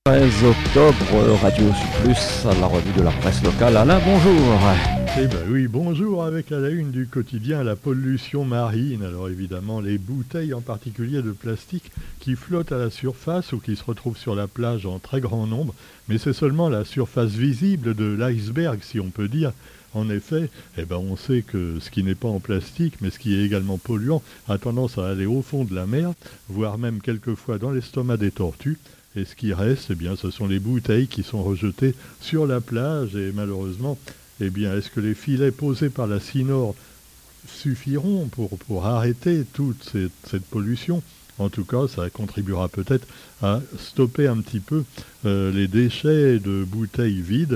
13 octobre, Radio Plus, à la revue de la presse locale. Alain, bonjour. Eh bien oui, bonjour, avec à la une du quotidien la pollution marine. Alors évidemment, les bouteilles en particulier de plastique qui flottent à la surface ou qui se retrouvent sur la plage en très grand nombre. Mais c'est seulement la surface visible de l'iceberg, si on peut dire. En effet, on sait que ce qui n'est pas en plastique, mais ce qui est également polluant, a tendance à aller au fond de la mer, voire même quelquefois dans l'estomac des tortues. Et ce qui reste, ce sont les bouteilles qui sont rejetées sur la plage. Et malheureusement, est-ce que les filets posés par la Cinor suffiront pour arrêter toute cette pollution ? En tout cas, ça contribuera peut-être à stopper un petit peu les déchets de bouteilles vides.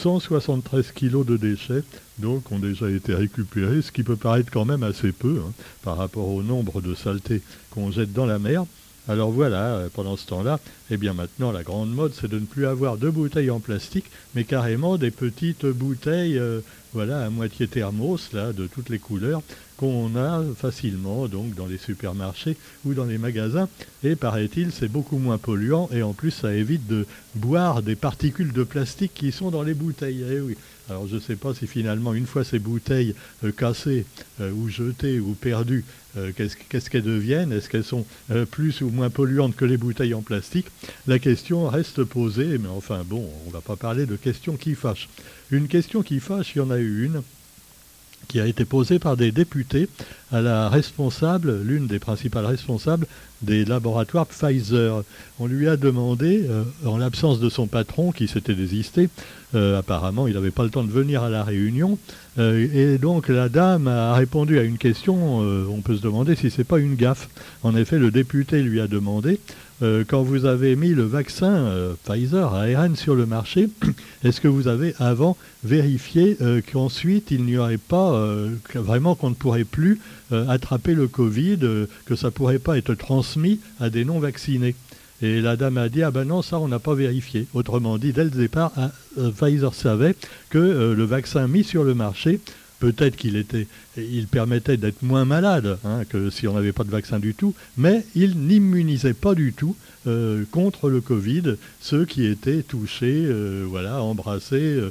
173 kilos de déchets donc ont déjà été récupérés, ce qui peut paraître quand même assez peu par rapport au nombre de saletés qu'on jette dans la mer. Alors voilà, pendant ce temps-là, maintenant la grande mode, c'est de ne plus avoir de bouteilles en plastique, mais carrément des petites bouteilles, à moitié thermos, là, de toutes les couleurs, qu'on a facilement donc dans les supermarchés ou dans les magasins. Et paraît-il, c'est beaucoup moins polluant et en plus, ça évite de boire des particules de plastique qui sont dans les bouteilles. Eh oui. Alors je ne sais pas si finalement, une fois ces bouteilles cassées ou jetées ou perdues, qu'est-ce qu'elles deviennent ? Est-ce qu'elles sont plus ou moins polluantes que les bouteilles en plastique ? La question reste posée, mais enfin bon, on ne va pas parler de questions qui fâchent. Une question qui fâche, il y en a eu une, qui a été posée par des députés à la responsable, l'une des principales responsables des laboratoires Pfizer. On lui a demandé, en l'absence de son patron qui s'était désisté, apparemment il n'avait pas le temps de venir à la réunion, et donc la dame a répondu à une question, on peut se demander si ce n'est pas une gaffe. En effet, le député lui a demandé, quand vous avez mis le vaccin Pfizer ARN sur le marché, est-ce que vous avez avant vérifié qu'ensuite il n'y aurait pas, vraiment qu'on ne pourrait plus attraper le Covid, que ça ne pourrait pas être transmis à des non-vaccinés ? Et la dame a dit, non, ça on n'a pas vérifié. Autrement dit, dès le départ, Pfizer savait que le vaccin mis sur le marché, peut-être il permettait d'être moins malade que si on n'avait pas de vaccin du tout, mais il n'immunisait pas du tout contre le Covid ceux qui étaient touchés, embrassés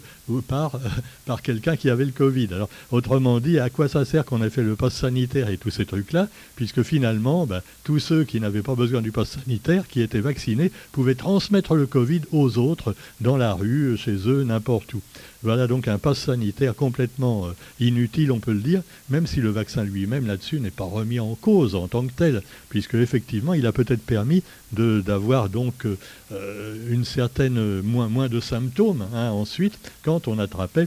par quelqu'un qui avait le Covid. Alors, autrement dit, à quoi ça sert qu'on ait fait le pass sanitaire et tous ces trucs-là, puisque finalement, tous ceux qui n'avaient pas besoin du pass sanitaire, qui étaient vaccinés, pouvaient transmettre le Covid aux autres, dans la rue, chez eux, n'importe où. Voilà donc un pass sanitaire complètement inutile, on peut le dire, même si le vaccin lui-même là-dessus n'est pas remis en cause en tant que tel, puisque effectivement il a peut-être permis d'avoir donc une certaine moins de symptômes ensuite quand on attrapait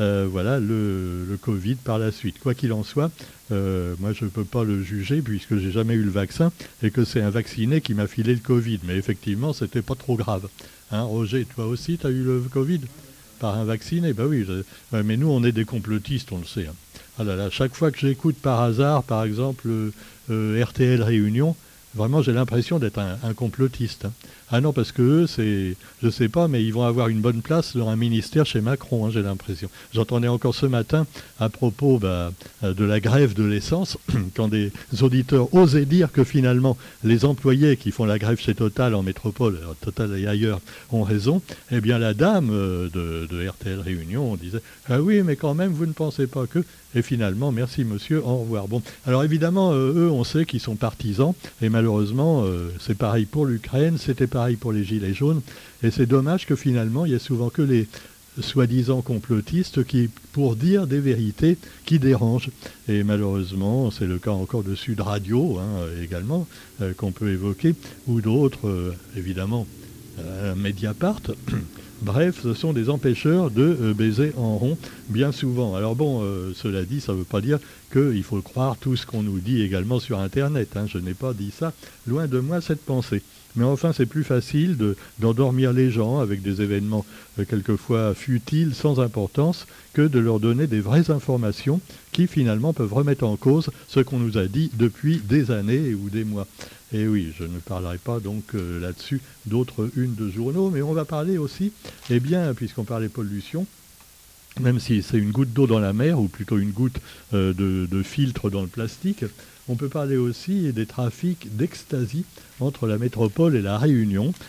le Covid par la suite. Quoi qu'il en soit, moi je ne peux pas le juger puisque j'ai jamais eu le vaccin et que c'est un vacciné qui m'a filé le Covid, mais effectivement c'était pas trop grave. Roger, toi aussi tu as eu le Covid ? Par un vacciné, oui, mais nous on est des complotistes, on le sait. Ah là là, chaque fois que j'écoute par hasard, par exemple, RTL Réunion, vraiment j'ai l'impression d'être un complotiste. Ah non, parce que eux, je sais pas, mais ils vont avoir une bonne place dans un ministère chez Macron, j'ai l'impression. J'entendais encore ce matin, à propos de la grève de l'essence, quand des auditeurs osaient dire que finalement, les employés qui font la grève chez Total en métropole, Total et ailleurs, ont raison, la dame de RTL Réunion disait « Ah oui, mais quand même, vous ne pensez pas que... » Et finalement, merci monsieur, au revoir. Bon, alors évidemment, eux, on sait qu'ils sont partisans, et malheureusement, c'est pareil pour l'Ukraine, c'était pareil pour les Gilets jaunes, et c'est dommage que finalement, il y ait souvent que les soi-disant complotistes qui, pour dire des vérités qui dérangent. Et malheureusement, c'est le cas encore de Sud Radio, également, qu'on peut évoquer, ou d'autres, évidemment, Mediapart. Bref, ce sont des empêcheurs de baiser en rond, bien souvent. Alors bon, cela dit, ça ne veut pas dire qu'il faut croire tout ce qu'on nous dit également sur Internet. Je n'ai pas dit ça, loin de moi cette pensée. Mais enfin, c'est plus facile d'endormir les gens avec des événements quelquefois futiles, sans importance, que de leur donner des vraies informations qui finalement peuvent remettre en cause ce qu'on nous a dit depuis des années ou des mois. Et oui, je ne parlerai pas donc là-dessus d'autres unes de journaux, mais on va parler aussi, puisqu'on parlait pollution, même si c'est une goutte d'eau dans la mer, ou plutôt une goutte de filtre dans le plastique, on peut parler aussi des trafics d'ecstasy entre la métropole et la Réunion.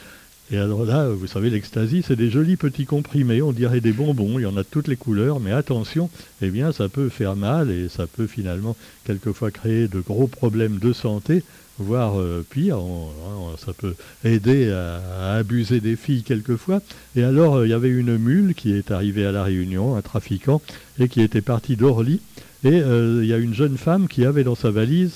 Et alors là, vous savez, l'ecstasy, c'est des jolis petits comprimés, on dirait des bonbons, il y en a de toutes les couleurs, mais attention, eh bien, ça peut faire mal et ça peut finalement quelquefois créer de gros problèmes de santé, voire pire, ça peut aider à abuser des filles quelquefois. Et alors, il y avait une mule qui est arrivée à La Réunion, un trafiquant, et qui était parti d'Orly. Et il y a une jeune femme qui avait dans sa valise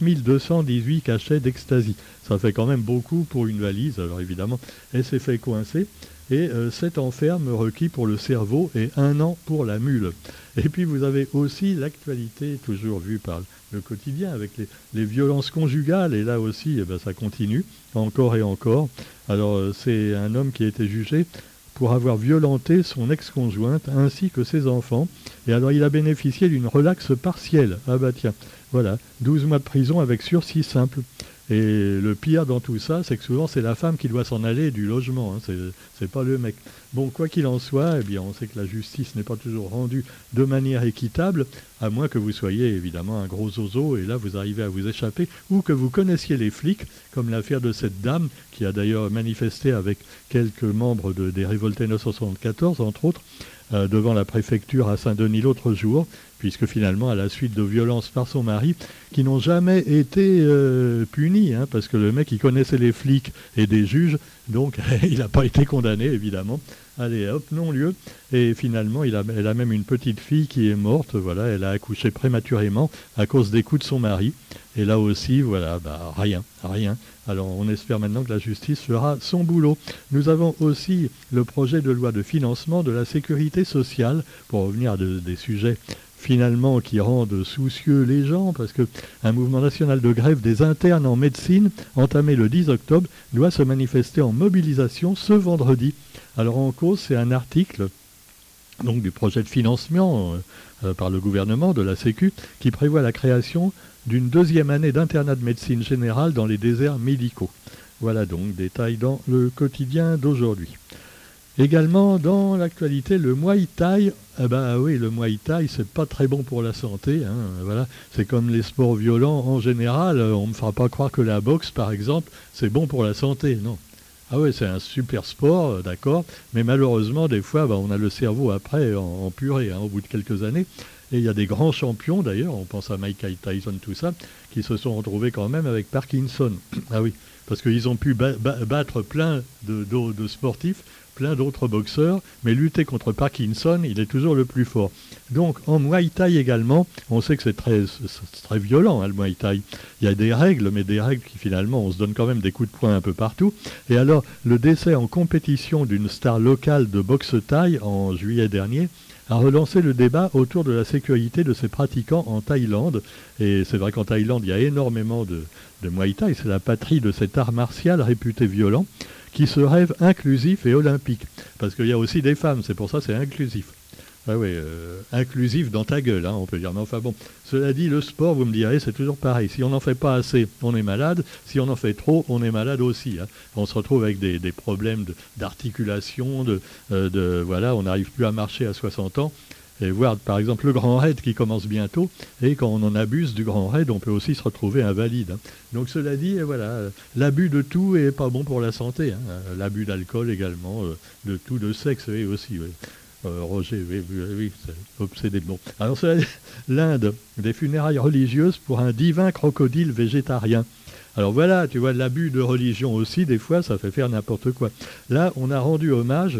7218 cachets d'ecstasy. Ça fait quand même beaucoup pour une valise, alors évidemment, elle s'est fait coincer. Et 7 ans ferme requis pour le cerveau et 1 an pour la mule. Et puis vous avez aussi l'actualité, toujours vue par le quotidien, avec les violences conjugales. Et là aussi, ça continue, encore et encore. Alors c'est un homme qui a été jugé pour avoir violenté son ex-conjointe ainsi que ses enfants. Et alors il a bénéficié d'une relaxe partielle. Ah bah tiens, voilà, 12 mois de prison avec sursis simple. Et le pire dans tout ça, c'est que souvent c'est la femme qui doit s'en aller du logement, hein, c'est pas le mec. Bon, quoi qu'il en soit, eh bien, on sait que la justice n'est pas toujours rendue de manière équitable, à moins que vous soyez évidemment un gros zozo, et là vous arrivez à vous échapper, ou que vous connaissiez les flics, comme l'affaire de cette dame, qui a d'ailleurs manifesté avec quelques membres des révoltés 974, entre autres, devant la préfecture à Saint-Denis l'autre jour, puisque finalement, à la suite de violences par son mari, qui n'ont jamais été punis, hein, parce que le mec, il connaissait les flics et des juges, donc il n'a pas été condamné, évidemment. Allez, hop, non-lieu. Et finalement, elle a même une petite fille qui est morte, voilà, elle a accouché prématurément à cause des coups de son mari. Et là aussi, voilà, rien. Alors on espère maintenant que la justice fera son boulot. Nous avons aussi le projet de loi de financement de la sécurité sociale, pour revenir à des sujets finalement qui rendent soucieux les gens, parce qu'un mouvement national de grève des internes en médecine, entamé le 10 octobre, doit se manifester en mobilisation ce vendredi. Alors en cause, c'est un article donc, du projet de financement par le gouvernement de la Sécu, qui prévoit la création d'une 2e année d'internat de médecine générale dans les déserts médicaux. Voilà donc, détail dans le quotidien d'aujourd'hui. Également dans l'actualité, le Muay Thai. Oui, le Muay Thai, c'est pas très bon pour la santé. Hein, voilà. C'est comme les sports violents en général. On ne me fera pas croire que la boxe, par exemple, c'est bon pour la santé. Non. Ah oui, c'est un super sport, d'accord. Mais malheureusement, des fois, on a le cerveau après en purée, hein, au bout de quelques années. Et il y a des grands champions, d'ailleurs, on pense à Mike Tyson, tout ça, qui se sont retrouvés quand même avec Parkinson. Ah oui, parce qu'ils ont pu battre plein de sportifs, plein d'autres boxeurs, mais lutter contre Parkinson, il est toujours le plus fort. Donc en Muay Thai également, on sait que c'est très violent, hein, le Muay Thai. Il y a des règles, mais des règles qui finalement, on se donne quand même des coups de poing un peu partout. Et alors, le décès en compétition d'une star locale de boxe thaï en juillet dernier a relancé le débat autour de la sécurité de ses pratiquants en Thaïlande. Et c'est vrai qu'en Thaïlande, il y a énormément de Muay Thai, c'est la patrie de cet art martial réputé violent, qui se rêve inclusif et olympique. Parce qu'il y a aussi des femmes, c'est pour ça que c'est inclusif. Ah oui, inclusif dans ta gueule, hein, on peut dire. Mais enfin bon, cela dit, le sport, vous me direz, c'est toujours pareil. Si on n'en fait pas assez, on est malade. Si on en fait trop, on est malade aussi. Hein. On se retrouve avec des problèmes d'articulation, voilà, on n'arrive plus à marcher à 60 ans. Et voir par exemple le Grand Raid qui commence bientôt, et quand on en abuse du Grand Raid, on peut aussi se retrouver invalide. Hein. Donc cela dit, voilà, l'abus de tout est pas bon pour la santé. Hein. L'abus d'alcool également, de tout, de sexe aussi. Oui. Roger, oui, c'est obsédé. Bon. Alors cela dit, l'Inde, des funérailles religieuses pour un divin crocodile végétarien. Alors voilà, tu vois, l'abus de religion aussi, des fois, ça fait faire n'importe quoi. Là, on a rendu hommage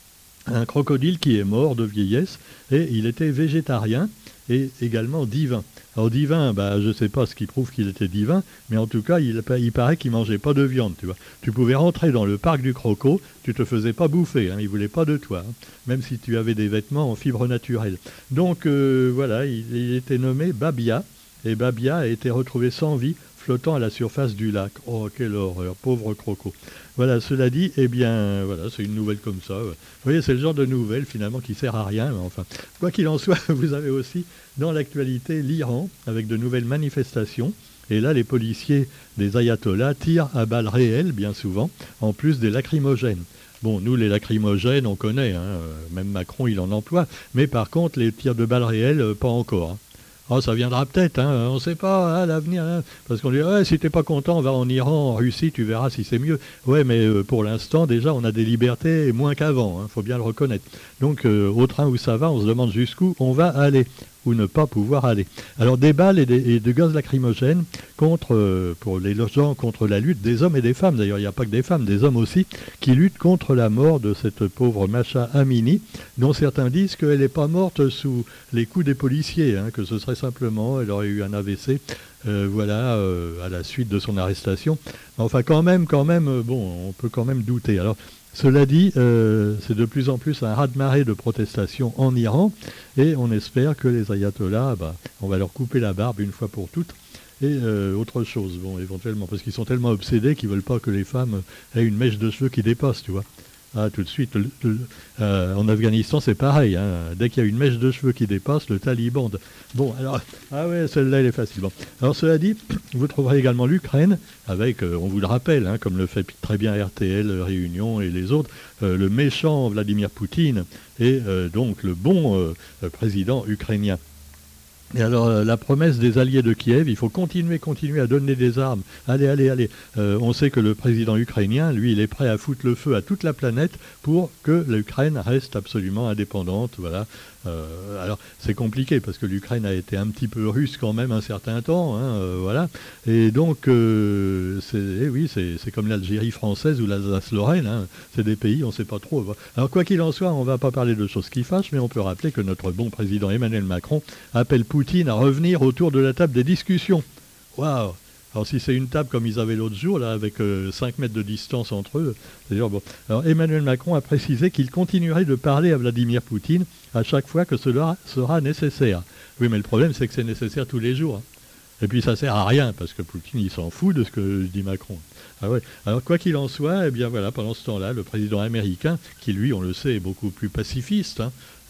un crocodile qui est mort de vieillesse, et il était végétarien et également divin. Alors divin, je ne sais pas ce qui prouve qu'il était divin, mais en tout cas, il paraît qu'il ne mangeait pas de viande, tu vois. Tu pouvais rentrer dans le parc du croco, tu te faisais pas bouffer, hein, il ne voulait pas de toi, hein, même si tu avais des vêtements en fibre naturelle. Donc voilà, il était nommé Babia, et Babia a été retrouvé sans vie, flottant à la surface du lac. Oh, quelle horreur, pauvre croco. Voilà, cela dit, eh bien, voilà, c'est une nouvelle comme ça. Vous voyez, c'est le genre de nouvelle, finalement, qui sert à rien, mais enfin. Quoi qu'il en soit, vous avez aussi, dans l'actualité, l'Iran, avec de nouvelles manifestations. Et là, les policiers des ayatollahs tirent à balles réelles, bien souvent, en plus des lacrymogènes. Bon, nous, les lacrymogènes, on connaît, hein, même Macron, il en emploie. Mais par contre, les tirs de balles réelles, pas encore. Hein. Oh, ça viendra peut-être, hein, on ne sait pas, hein, l'avenir. Hein, parce qu'on dit, ouais, si t'es pas content, va en Iran, en Russie, tu verras si c'est mieux. Ouais, mais pour l'instant, déjà, on a des libertés moins qu'avant, faut bien le reconnaître. Donc, au train où ça va, on se demande jusqu'où on va aller ou ne pas pouvoir aller. Alors, des balles et de gaz lacrymogènes pour les gens contre la lutte des hommes et des femmes. D'ailleurs, il n'y a pas que des femmes, des hommes aussi, qui luttent contre la mort de cette pauvre Masha Amini, dont certains disent qu'elle n'est pas morte sous les coups des policiers, que ce serait simplement, elle aurait eu un AVC, à la suite de son arrestation. Enfin, quand même, on peut quand même douter. Alors, cela dit, c'est de plus en plus un raz-de-marée de protestations en Iran, et on espère que les ayatollahs, on va leur couper la barbe une fois pour toutes. Et autre chose, éventuellement, parce qu'ils sont tellement obsédés qu'ils ne veulent pas que les femmes aient une mèche de cheveux qui dépasse, tu vois. Ah, tout de suite, en Afghanistan, c'est pareil. Dès qu'il y a une mèche de cheveux qui dépasse, le taliban. Bon, alors, celle-là, elle est facile. Bon. Alors, cela dit, vous trouverez également l'Ukraine, avec, on vous le rappelle, comme le fait très bien RTL, Réunion et les autres, le méchant Vladimir Poutine et donc le bon président ukrainien. Et alors, la promesse des alliés de Kiev, il faut continuer à donner des armes. Allez. On sait que le président ukrainien, lui, il est prêt à foutre le feu à toute la planète pour que l'Ukraine reste absolument indépendante. Voilà. Alors, c'est compliqué parce que l'Ukraine a été un petit peu russe quand même un certain temps. Voilà. Et donc, c'est comme l'Algérie française ou l'Alsace-Lorraine. C'est des pays, on ne sait pas trop. Alors, quoi qu'il en soit, on ne va pas parler de choses qui fâchent, mais on peut rappeler que notre bon président Emmanuel Macron appelle Poutine à revenir autour de la table des discussions. Waouh! Alors si c'est une table comme ils avaient l'autre jour, là, avec 5 mètres de distance entre eux, c'est-à-dire, bon. Alors Emmanuel Macron a précisé qu'il continuerait de parler à Vladimir Poutine à chaque fois que cela sera nécessaire. Oui, mais le problème, c'est que c'est nécessaire tous les jours. Et puis ça sert à rien, parce que Poutine, il s'en fout de ce que dit Macron. Ah ouais. Alors quoi qu'il en soit, pendant ce temps-là, le président américain, qui lui, on le sait, est beaucoup plus pacifiste,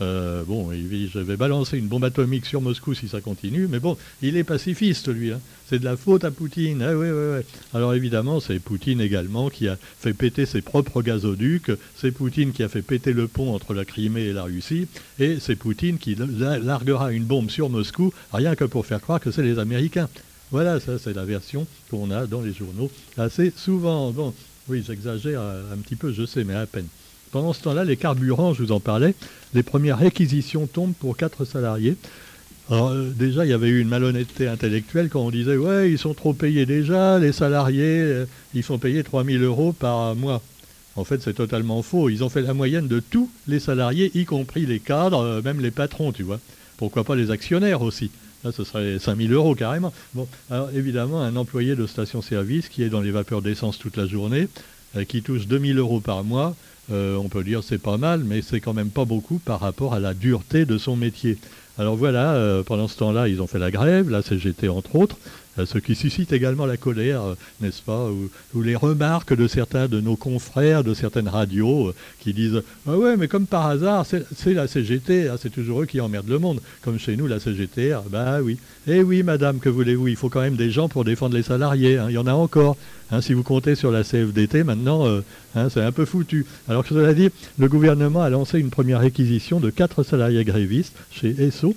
je vais balancer une bombe atomique sur Moscou si ça continue, mais bon, il est pacifiste, lui. C'est de la faute à Poutine. Ah, oui. Alors évidemment, c'est Poutine également qui a fait péter ses propres gazoducs, c'est Poutine qui a fait péter le pont entre la Crimée et la Russie, et c'est Poutine qui larguera une bombe sur Moscou, rien que pour faire croire que c'est les Américains. Voilà, ça c'est la version qu'on a dans les journaux assez souvent. Bon, oui, j'exagère un petit peu, je sais, mais à peine. Pendant ce temps-là, les carburants, je vous en parlais, les premières réquisitions tombent pour 4 salariés. Alors déjà, il y avait eu une malhonnêteté intellectuelle quand on disait « Ouais, ils sont trop payés déjà, les salariés, ils sont payés 3 000 € par mois ». En fait, c'est totalement faux. Ils ont fait la moyenne de tous les salariés, y compris les cadres, même les patrons, tu vois. Pourquoi pas les actionnaires aussi ? Là, ce serait 5 000 € carrément. Bon, alors évidemment, un employé de station-service qui est dans les vapeurs d'essence toute la journée, qui touche 2 000 € par mois, on peut dire c'est pas mal, mais c'est quand même pas beaucoup par rapport à la dureté de son métier. Alors voilà, pendant ce temps-là, ils ont fait la grève, la CGT entre autres, ce qui suscite également la colère, n'est-ce pas, ou les remarques de certains de nos confrères de certaines radios qui disent « Ah ouais, mais comme par hasard, c'est la CGT, c'est toujours eux qui emmerdent le monde. Comme chez nous, la CGT, oui. Eh oui, madame, que voulez-vous, il faut quand même des gens pour défendre les salariés, il y en a encore. Si vous comptez sur la CFDT, maintenant, c'est un peu foutu. » Alors que cela dit, le gouvernement a lancé une première réquisition de 4 salariés grévistes chez Esso.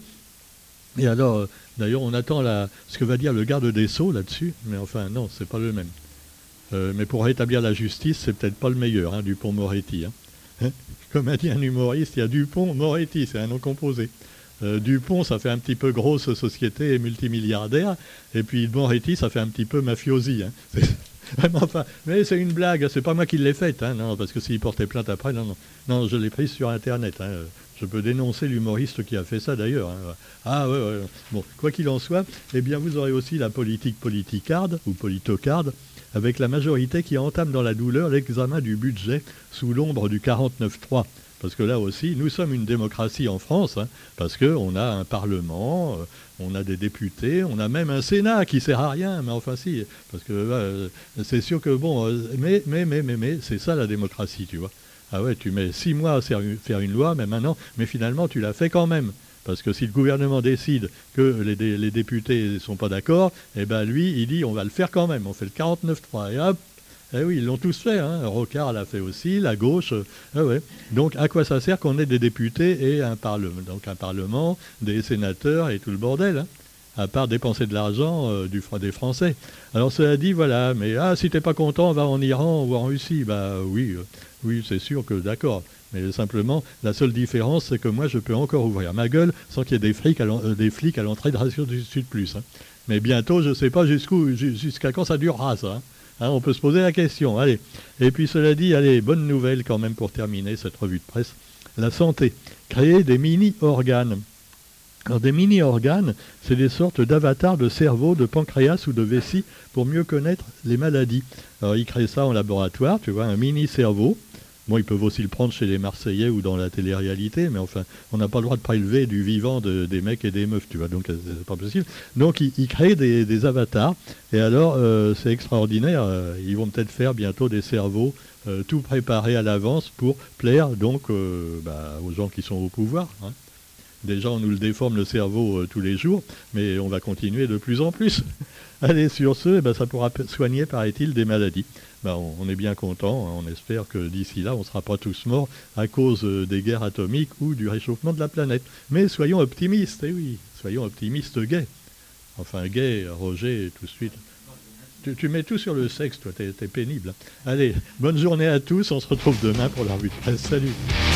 Et alors, d'ailleurs, on attend ce que va dire le garde des Sceaux là-dessus, mais enfin, non, c'est pas le même. Mais pour rétablir la justice, c'est peut-être pas le meilleur, Dupond-Moretti. Comme a dit un humoriste, il y a Dupond-Moretti, c'est un nom composé. Dupont, ça fait un petit peu grosse société et multimilliardaire, et puis Moretti, ça fait un petit peu mafiosi. Vraiment, enfin, mais c'est une blague, c'est pas moi qui l'ai faite, non, parce que s'il portait plainte après, non, je l'ai prise sur Internet. Je peux dénoncer l'humoriste qui a fait ça d'ailleurs. Ah ouais. Bon, quoi qu'il en soit, vous aurez aussi la politique politicarde ou politocarde, avec la majorité qui entame dans la douleur l'examen du budget sous l'ombre du 49.3. Parce que là aussi, nous sommes une démocratie en France, parce qu'on a un Parlement, on a des députés, on a même un Sénat qui sert à rien, mais enfin si, parce que c'est sûr que mais c'est ça la démocratie, tu vois. Ah ouais, tu mets 6 mois à faire une loi, mais finalement tu l'as fait quand même. Parce que si le gouvernement décide que les députés ne sont pas d'accord, lui, il dit on va le faire quand même, on fait le 49.3, et hop. Eh oui, ils l'ont tous fait, Rocard l'a fait aussi, la gauche. Ouais. Donc, à quoi ça sert qu'on ait des députés et un parlement, donc un parlement, des sénateurs et tout le bordel à part dépenser de l'argent des Français. Alors cela dit, voilà, mais si t'es pas content, va en Iran ou en Russie. Bah oui, oui, c'est sûr que d'accord. Mais simplement, la seule différence, c'est que moi, je peux encore ouvrir ma gueule sans qu'il y ait des flics à l'entrée de Radio du Sud Plus. Hein. Mais bientôt, je ne sais pas jusqu'à quand ça durera, ça. Hein, on peut se poser la question. Allez. Et puis cela dit, allez, bonne nouvelle quand même pour terminer cette revue de presse. La santé. Créer des mini-organes. Alors des mini-organes, c'est des sortes d'avatars de cerveau, de pancréas ou de vessie pour mieux connaître les maladies. Alors ils créent ça en laboratoire, tu vois, un mini-cerveau. Bon, ils peuvent aussi le prendre chez les Marseillais ou dans la télé-réalité, mais enfin, on n'a pas le droit de prélever du vivant des mecs et des meufs, tu vois, donc c'est pas possible. Donc ils créent des avatars, et alors c'est extraordinaire, ils vont peut-être faire bientôt des cerveaux tout préparés à l'avance pour plaire donc aux gens qui sont au pouvoir. Hein. Déjà, on nous le déforme le cerveau tous les jours, mais on va continuer de plus en plus. Allez, sur ce, ça pourra soigner, paraît-il, des maladies. On est bien content, hein, on espère que d'ici là, on ne sera pas tous morts à cause des guerres atomiques ou du réchauffement de la planète. Mais soyons optimistes, oui, soyons optimistes gays. Enfin, gay, Roger, tout de suite. Tu mets tout sur le sexe, toi, t'es pénible. Allez, bonne journée à tous, on se retrouve demain pour la revue de presse. Salut.